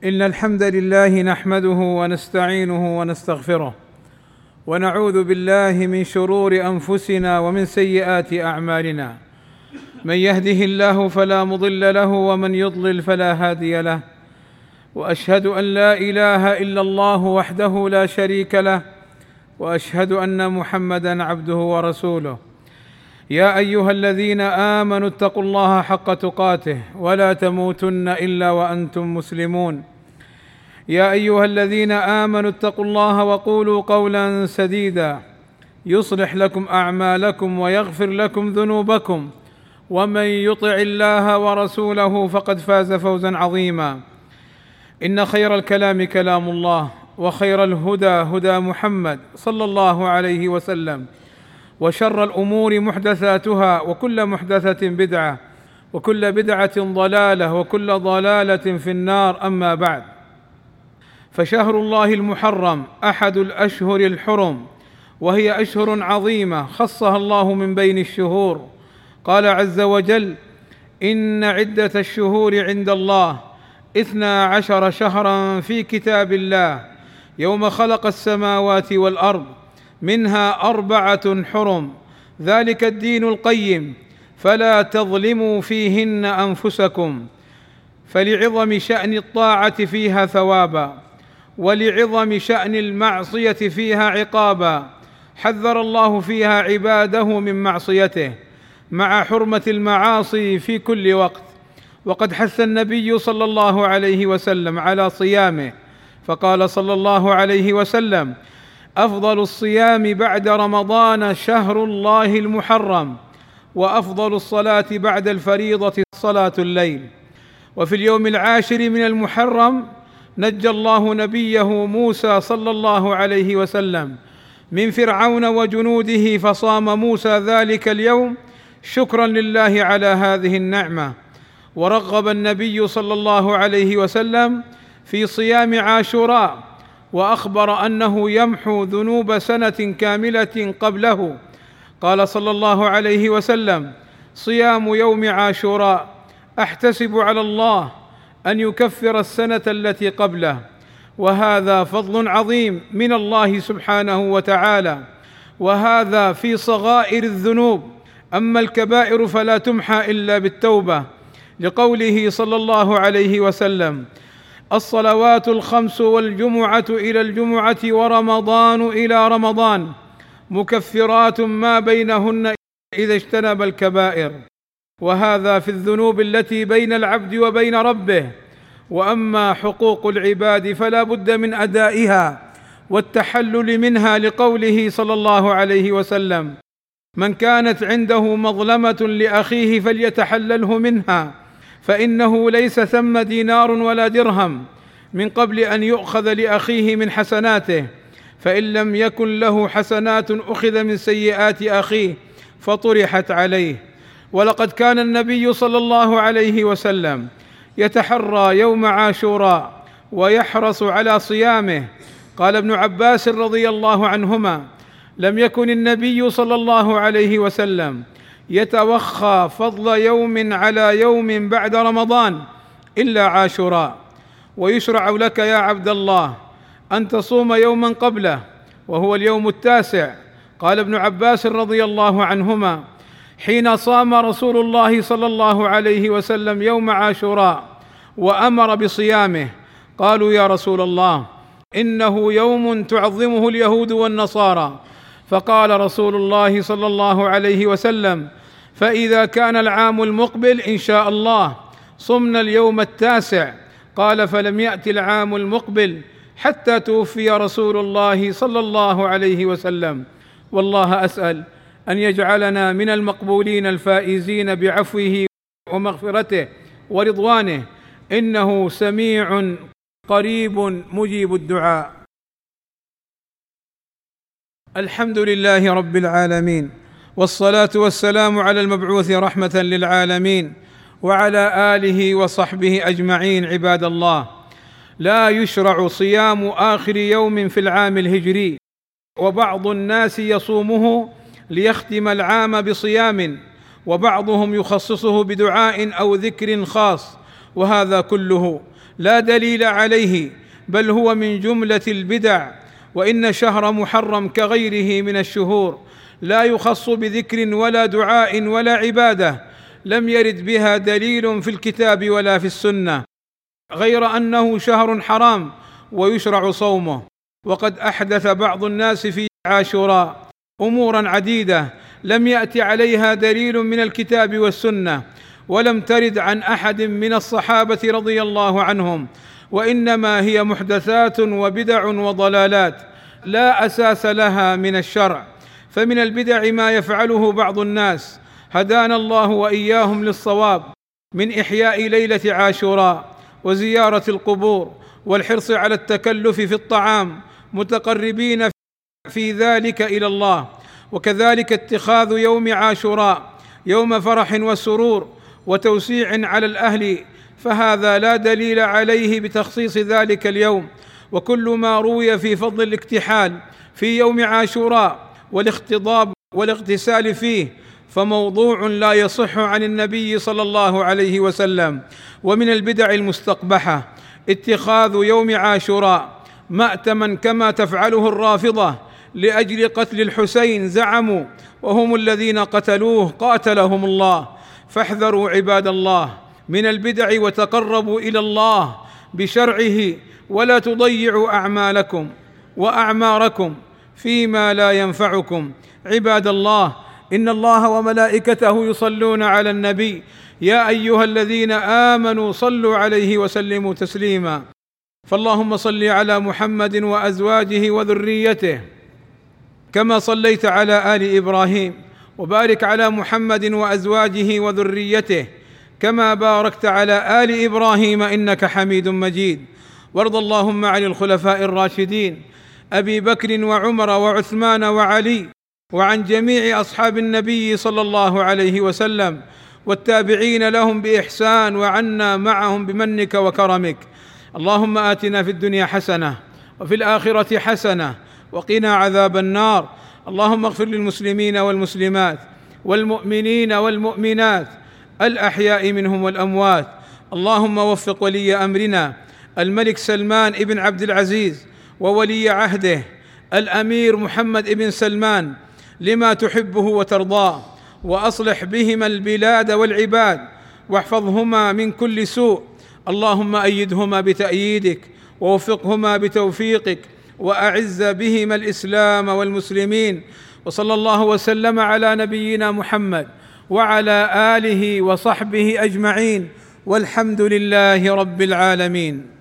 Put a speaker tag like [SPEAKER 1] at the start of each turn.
[SPEAKER 1] إن الحمد لله نحمده ونستعينه ونستغفره، ونعوذ بالله من شرور أنفسنا ومن سيئات أعمالنا. من يهده الله فلا مضل له، ومن يضلل فلا هادي له. وأشهد أن لا إله إلا الله وحده لا شريك له، وأشهد أن محمدًا عبده ورسوله. يا أيها الذين آمنوا اتقوا الله حق تقاته ولا تموتن إلا وأنتم مسلمون. يا أيها الذين آمنوا اتقوا الله وقولوا قولا سديدا يصلح لكم أعمالكم ويغفر لكم ذنوبكم، ومن يطع الله ورسوله فقد فاز فوزا عظيما. إن خير الكلام كلام الله، وخير الهدى هدى محمد صلى الله عليه وسلم، وشر الأمور محدثاتها، وكل محدثة بدعة، وكل بدعة ضلالة، وكل ضلالة في النار. أما بعد، فشهر الله المحرم أحد الأشهر الحرم، وهي أشهر عظيمة خصها الله من بين الشهور. قال عز وجل: إن عدة الشهور عند الله 12 شهرا في كتاب الله يوم خلق السماوات والأرض منها 4 حرم، ذلك الدين القيم، فلا تظلموا فيهن أنفسكم. فلعظم شأن الطاعة فيها ثوابا، ولعظم شأن المعصية فيها عقابا، حذر الله فيها عباده من معصيته، مع حرمة المعاصي في كل وقت. وقد حث النبي صلى الله عليه وسلم على صيامه، فقال صلى الله عليه وسلم: أفضل الصيام بعد رمضان شهر الله المحرم، وأفضل الصلاة بعد الفريضة صلاة الليل. وفي اليوم 10 من المحرم نجى الله نبيه موسى صلى الله عليه وسلم من فرعون وجنوده، فصام موسى ذلك اليوم شكرا لله على هذه النعمة. ورغب النبي صلى الله عليه وسلم في صيام عاشوراء، وأخبر أنه يمحو ذنوب سنة كاملة قبله. قال صلى الله عليه وسلم: صيام يوم عاشوراء أحتسب على الله أن يكفر السنة التي قبله. وهذا فضل عظيم من الله سبحانه وتعالى، وهذا في صغائر الذنوب. أما الكبائر فلا تمحى إلا بالتوبة، لقوله صلى الله عليه وسلم: الصلوات الخمس والجمعة إلى الجمعة ورمضان إلى رمضان مكفرات ما بينهن إذا اجتنب الكبائر. وهذا في الذنوب التي بين العبد وبين ربه. وأما حقوق العباد فلا بد من أدائها والتحلل منها، لقوله صلى الله عليه وسلم: من كانت عنده مظلمة لأخيه فليتحلله منها، فإنه ليس ثم دينار ولا درهم من قبل أن يؤخذ لأخيه من حسناته، فإن لم يكن له حسنات أخذ من سيئات أخيه فطرحت عليه. ولقد كان النبي صلى الله عليه وسلم يتحرى يوم عاشوراء ويحرص على صيامه. قال ابن عباس رضي الله عنهما: لم يكن النبي صلى الله عليه وسلم يتوخى فضل يوم على يوم بعد رمضان إلا عاشوراء. ويشرع لك يا عبد الله أن تصوم يوما قبله، وهو اليوم 9. قال ابن عباس رضي الله عنهما: حين صام رسول الله صلى الله عليه وسلم يوم عاشوراء وأمر بصيامه، قالوا: يا رسول الله، إنه يوم تعظمه اليهود والنصارى. فقال رسول الله صلى الله عليه وسلم: فإذا كان العام المقبل إن شاء الله صمنا اليوم 9. قال: فلم يأت العام المقبل حتى توفي رسول الله صلى الله عليه وسلم. والله أسأل أن يجعلنا من المقبولين الفائزين بعفوه ومغفرته ورضوانه، إنه سميع قريب مجيب الدعاء. الحمد لله رب العالمين، والصلاة والسلام على المبعوث رحمة للعالمين، وعلى آله وصحبه أجمعين. عباد الله، لا يشرع صيام آخر يوم في العام الهجري، وبعض الناس يصومه ليختم العام بصيام، وبعضهم يخصصه بدعاء أو ذكر خاص، وهذا كله لا دليل عليه، بل هو من جملة البدع. وإن شهر محرم كغيره من الشهور لا يخص بذكر ولا دعاء ولا عبادة لم يرد بها دليل في الكتاب ولا في السنة، غير أنه شهر حرام ويشرع صومه. وقد أحدث بعض الناس في عاشوراء أمورا عديدة لم يأت عليها دليل من الكتاب والسنة، ولم ترد عن أحد من الصحابة رضي الله عنهم، وإنما هي محدثات وبدع وضلالات لا أساس لها من الشرع. فمن البدع ما يفعله بعض الناس هدانا الله وإياهم للصواب من إحياء ليلة عاشوراء وزيارة القبور والحرص على التكلف في الطعام متقربين في ذلك إلى الله، وكذلك اتخاذ يوم عاشوراء يوم فرح وسرور وتوسيع على الأهل، فهذا لا دليل عليه بتخصيص ذلك اليوم. وكل ما روي في فضل الاكتحال في يوم عاشوراء والاختضاب والاغتسال فيه فموضوع لا يصح عن النبي صلى الله عليه وسلم. ومن البدع المستقبحة اتخاذ يوم عاشوراء مأتما كما تفعله الرافضة لأجل قتل الحسين زعموا، وهم الذين قتلوه قاتلهم الله. فاحذروا عباد الله من البدع وتقربوا إلى الله بشرعه، ولا تضيعوا أعمالكم وأعماركم فيما لا ينفعكم. عباد الله، إن الله وملائكته يصلون على النبي، يا أيها الذين آمنوا صلوا عليه وسلموا تسليما. فاللهم صل على محمد وأزواجه وذريته كما صليت على آل إبراهيم، وبارك على محمد وأزواجه وذريته كما باركت على آل إبراهيم إنك حميد مجيد. وارض اللهم عن الخلفاء الراشدين أبي بكر وعمر وعثمان وعلي، وعن جميع أصحاب النبي صلى الله عليه وسلم والتابعين لهم بإحسان، وعنا معهم بمنك وكرمك. اللهم آتنا في الدنيا حسنة وفي الآخرة حسنة وقنا عذاب النار. اللهم اغفر للمسلمين والمسلمات والمؤمنين والمؤمنات الأحياء منهم والأموات. اللهم وفق ولي أمرنا الملك سلمان بن عبد العزيز وولي عهده الأمير محمد بن سلمان لما تحبه وترضاه، وأصلح بهما البلاد والعباد، واحفظهما من كل سوء. اللهم أيدهما بتأييدك، ووفقهما بتوفيقك، وأعز بهما الإسلام والمسلمين. وصلى الله وسلم على نبينا محمد وعلى آله وصحبه أجمعين، والحمد لله رب العالمين.